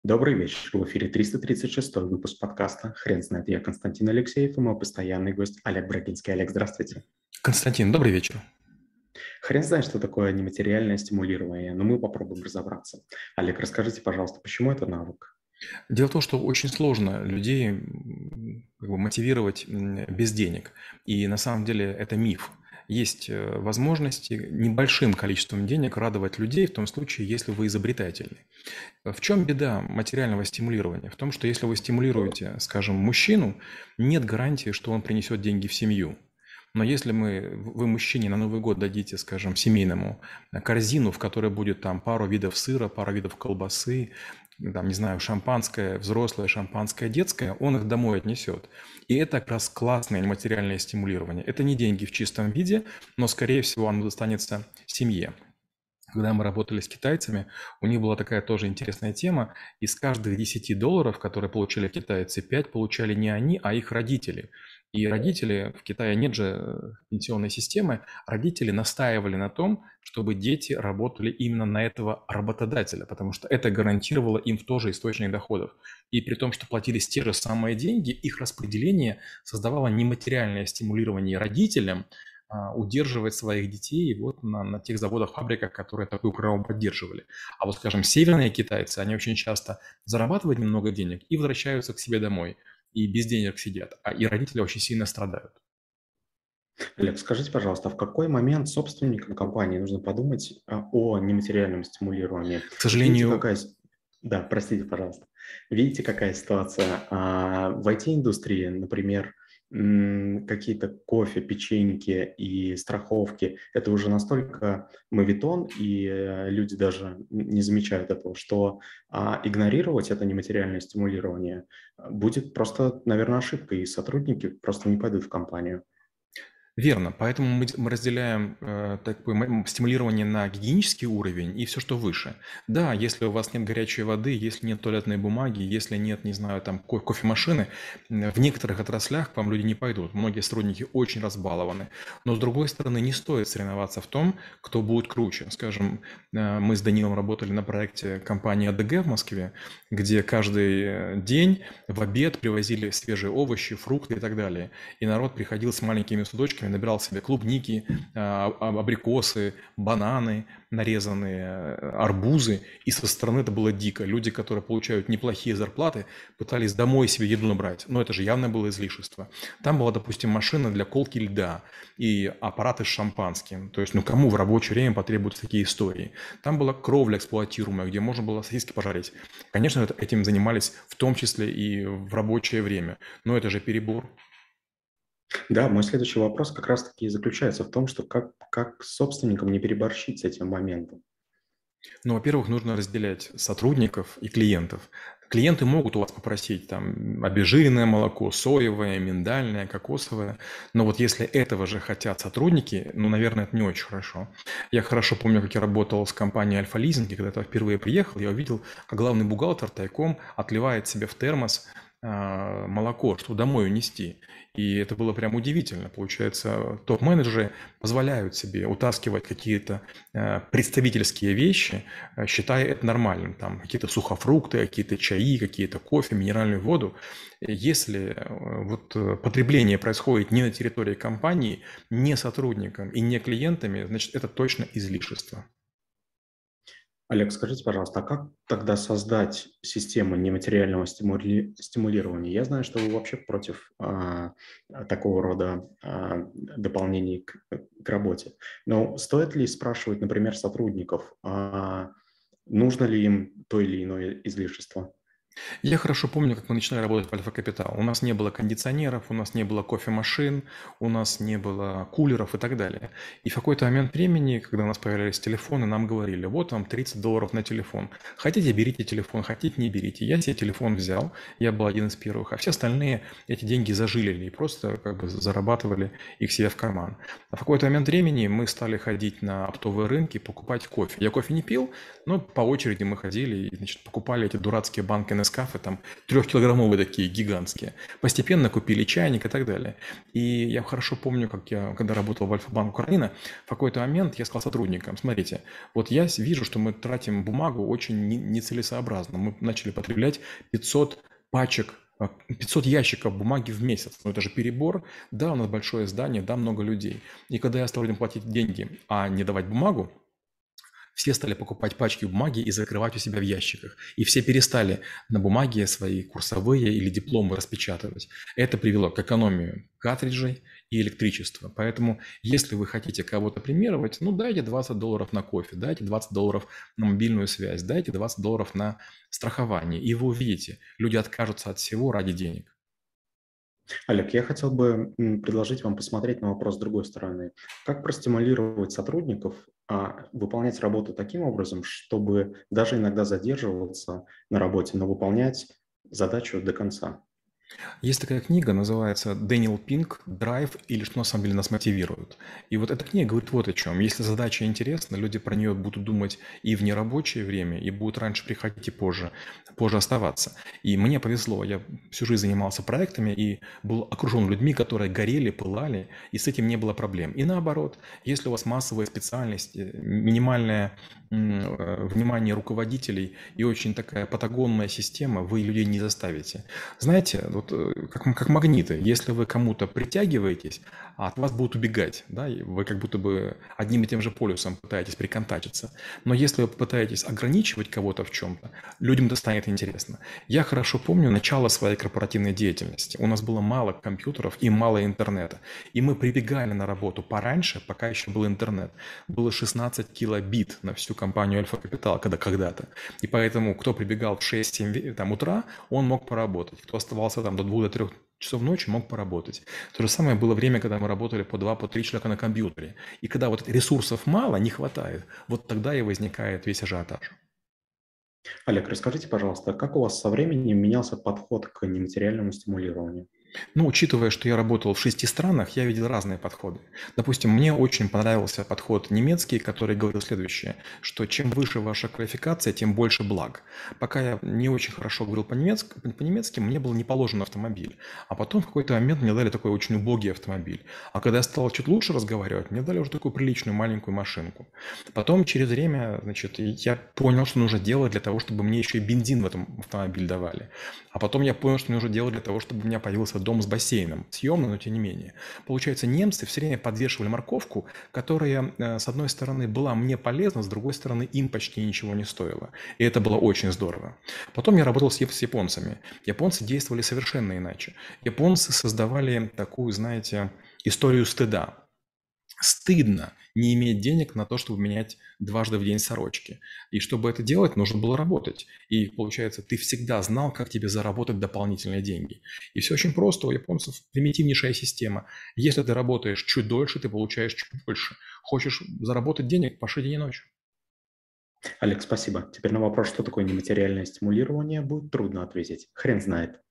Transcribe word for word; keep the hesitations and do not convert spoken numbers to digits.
Добрый вечер. В эфире триста тридцать шестой выпуск подкаста «Хрен знает». Я Константин Алексеев и мой постоянный гость Олег Брагинский. Олег, здравствуйте. Константин, добрый вечер. Хрен знает, что такое нематериальное стимулирование, но мы попробуем разобраться. Олег, расскажите, пожалуйста, почему это навык? Дело в том, что очень сложно людей м, как бы мотивировать м, без денег. И на самом деле это миф. Есть э, возможности небольшим количеством денег радовать людей в том случае, если вы изобретательны. В чем беда материального стимулирования? В том, что если вы стимулируете, скажем, мужчину, нет гарантии, что он принесет деньги в семью. Но если мы, вы мужчине на Новый год дадите, скажем, семейному э, корзину, в которой будет там пару видов сыра, пару видов колбасы, там, не знаю, шампанское, взрослое, шампанское, детское, он их домой отнесет. И это как раз классное материальное стимулирование. Это не деньги в чистом виде, но, скорее всего, оно достанется семье. Когда мы работали с китайцами, у них была такая тоже интересная тема. Из каждых десяти долларов, которые получили китайцы, пять получали не они, а их родители. И родители, в Китае нет же э, пенсионной системы, родители настаивали на том, чтобы дети работали именно на этого работодателя, потому что это гарантировало им тоже источник доходов. И при том, что платились те же самые деньги, их распределение создавало нематериальное стимулирование родителям, а, удерживать своих детей вот на, на тех заводах, фабриках, которые такую программу поддерживали. А вот, скажем, северные китайцы, они очень часто зарабатывают немного денег и возвращаются к себе домой, и без денег сидят, а и родители очень сильно страдают. Олег, скажите, пожалуйста, а в какой момент собственникам компании нужно подумать а, о нематериальном стимулировании? К Вот видите, сожалению, какая... с- Да, простите, пожалуйста. Видите, какая ситуация? А, В I T-индустрии, например, м, какие-то кофе, печеньки и страховки, это уже настолько моветон, и э, люди даже не замечают этого, что а, игнорировать это нематериальное стимулирование а, будет просто, наверное, ошибкой, и сотрудники просто не пойдут в компанию. верно, поэтому мы, д- мы разделяем э, такое м- стимулирование на гигиенический уровень и все, что выше. Да, если у вас нет горячей воды, если нет туалетной бумаги, если нет, не знаю, там ко- кофемашины, м, в некоторых отраслях к вам люди не пойдут. Многие сотрудники очень разбалованы. Но с другой стороны, не стоит соревноваться в том, кто будет круче. Скажем, э, мы с Данилом работали на проекте компании А Д Г в Москве, где каждый э, день в обед привозили свежие овощи, фрукты и так далее. И народ приходил с маленькими судочками, набирал себе клубники, а, а- абрикосы, бананы нарезанные, э, арбузы. И со стороны это было дико. Люди, которые получают неплохие зарплаты, пытались домой себе еду набрать. Но это же явно было излишество. Там была, допустим, машина для колки льда и аппараты с шампанским. То есть, ну кому в рабочее время потребуются такие истории? Там была кровля эксплуатируемая, где можно было сосиски пожарить. Конечно, это- этим занимались в том числе и в рабочее время. Но это же перебор. Да, мой следующий вопрос как раз-таки и заключается в том, что как, как собственникам не переборщить с этим моментом. Ну, во-первых, нужно разделять сотрудников и клиентов. Клиенты могут у вас попросить там обезжиренное молоко, соевое, миндальное, кокосовое, но вот если этого же хотят сотрудники, ну, наверное, это не очень хорошо. Я хорошо помню, как я работал с компанией Альфа-Лизинг, и когда я впервые приехал, я увидел, как главный бухгалтер тайком отливает себе в термос а, молоко, что домой унести. И это было прям удивительно. Получается, топ-менеджеры позволяют себе утаскивать какие-то э, представительские вещи, э, считая это нормальным. Там какие-то сухофрукты, какие-то чаи, какие-то кофе, минеральную воду. Если э, вот э, потребление происходит не на территории компании, не сотрудникам и не клиентами, значит, это точно излишество. Олег, скажите, пожалуйста, а как тогда создать систему нематериального стимули- стимулирования? Я знаю, что вы вообще против а, такого рода а, дополнений к, к работе. Но стоит ли спрашивать, например, сотрудников, а нужно ли им то или иное излишество? Я хорошо помню, как мы начинали работать в Альфа Капитал. У нас не было кондиционеров, у нас не было кофемашин, у нас не было кулеров и так далее. И в какой-то момент времени, когда у нас появлялись телефоны, нам говорили, вот вам тридцать долларов на телефон. Хотите, берите телефон, хотите, не берите. Я себе телефон взял, я был один из первых, а все остальные эти деньги зажилили и просто как бы зарабатывали их себе в карман. А в какой-то момент времени мы стали ходить на оптовые рынки, покупать кофе. Я кофе не пил, но по очереди мы ходили и, значит, покупали эти дурацкие банки стеклянные шкафы, там трехкилограммовые такие, гигантские. Постепенно купили чайник и так далее. И я хорошо помню, как я, когда работал в Альфа-банк Украина, в какой-то момент я сказал сотрудникам: смотрите, вот я вижу, что мы тратим бумагу очень не- нецелесообразно. Мы начали потреблять пятьсот пачек, а, пятьсот ящиков бумаги в месяц. Ну, это же перебор. Да, у нас большое здание, да, много людей. И когда я стал людям платить деньги, а не давать бумагу, все стали покупать пачки бумаги и закрывать у себя в ящиках. И все перестали на бумаге свои курсовые или дипломы распечатывать. Это привело к экономии картриджей и электричества. Поэтому, если вы хотите кого-то премировать, ну, дайте двадцать долларов на кофе, дайте двадцать долларов на мобильную связь, дайте двадцать долларов на страхование. И вы увидите, люди откажутся от всего ради денег. Олег, я хотел бы м, предложить вам посмотреть на вопрос с другой стороны. Как простимулировать сотрудников а, выполнять работу таким образом, чтобы даже иногда задерживаться на работе, но выполнять задачу до конца? Есть такая книга, называется «Дэниел Пинк. Драйв или что на самом деле нас мотивирует». И вот эта книга говорит вот о чем. Если задача интересна, люди про нее будут думать и в нерабочее время, и будут раньше приходить и позже, позже оставаться. И мне повезло, я всю жизнь занимался проектами и был окружен людьми, которые горели, пылали, и с этим не было проблем. И наоборот, если у вас массовая специальность, э, минимальное м, э, внимание руководителей и очень такая патагонная система, вы людей не заставите. Знаете, вот э, как, м- как магниты, если вы кому-то притягиваетесь, а от вас будут убегать, да, и вы как будто бы одним и тем же полюсом пытаетесь приконтачиться. Но если вы пытаетесь ограничивать кого-то в чем-то, людям это станет интересно. Я хорошо помню начало своей корпоративной деятельности. У нас было мало компьютеров и мало интернета. И мы прибегали на работу пораньше, пока еще был интернет. Было шестнадцать килобит на всю компанию Альфа Капитал, когда когда-то. И поэтому, кто прибегал в шесть-семь там, утра, он мог поработать. Кто оставался там до двух до трех часов ночи, мог поработать. То же самое было время, когда мы работали по два, по три человека на компьютере. И когда вот ресурсов мало, не хватает, вот тогда и возникает весь ажиотаж. Олег, расскажите, пожалуйста, как у вас со временем менялся подход к нематериальному стимулированию? Ну, учитывая, что я работал в шести странах, я видел разные подходы. Допустим, мне очень понравился подход немецкий, который говорил следующее, что чем выше ваша квалификация, тем больше благ. Пока я не очень хорошо говорил по-немецки, по-немецки, мне был не положен автомобиль. А потом в какой-то момент мне дали такой очень убогий автомобиль. А когда я стал чуть лучше разговаривать, мне дали уже такую приличную маленькую машинку. Потом через время, значит, я понял, что нужно делать для того, чтобы мне еще и бензин в этом автомобиле давали. А потом я понял, что нужно делать для того, чтобы у меня появился дом с бассейном. Съемный, но тем не менее. Получается, немцы все время подвешивали морковку, которая, э, с одной стороны, была мне полезна, с другой стороны, им почти ничего не стоило. И это было очень здорово. Потом я работал с яп- с японцами. Японцы действовали совершенно иначе. Японцы создавали такую, знаете, историю стыда. Стыдно не иметь денег на то, чтобы менять дважды в день сорочки. И чтобы это делать, нужно было работать. И получается, ты всегда знал, как тебе заработать дополнительные деньги. И все очень просто. У японцев примитивнейшая система. Если ты работаешь чуть дольше, ты получаешь чуть больше. Хочешь заработать денег, паши день и ночь. Олег, спасибо. Теперь на вопрос, что такое нематериальное стимулирование, будет трудно ответить. Хрен знает.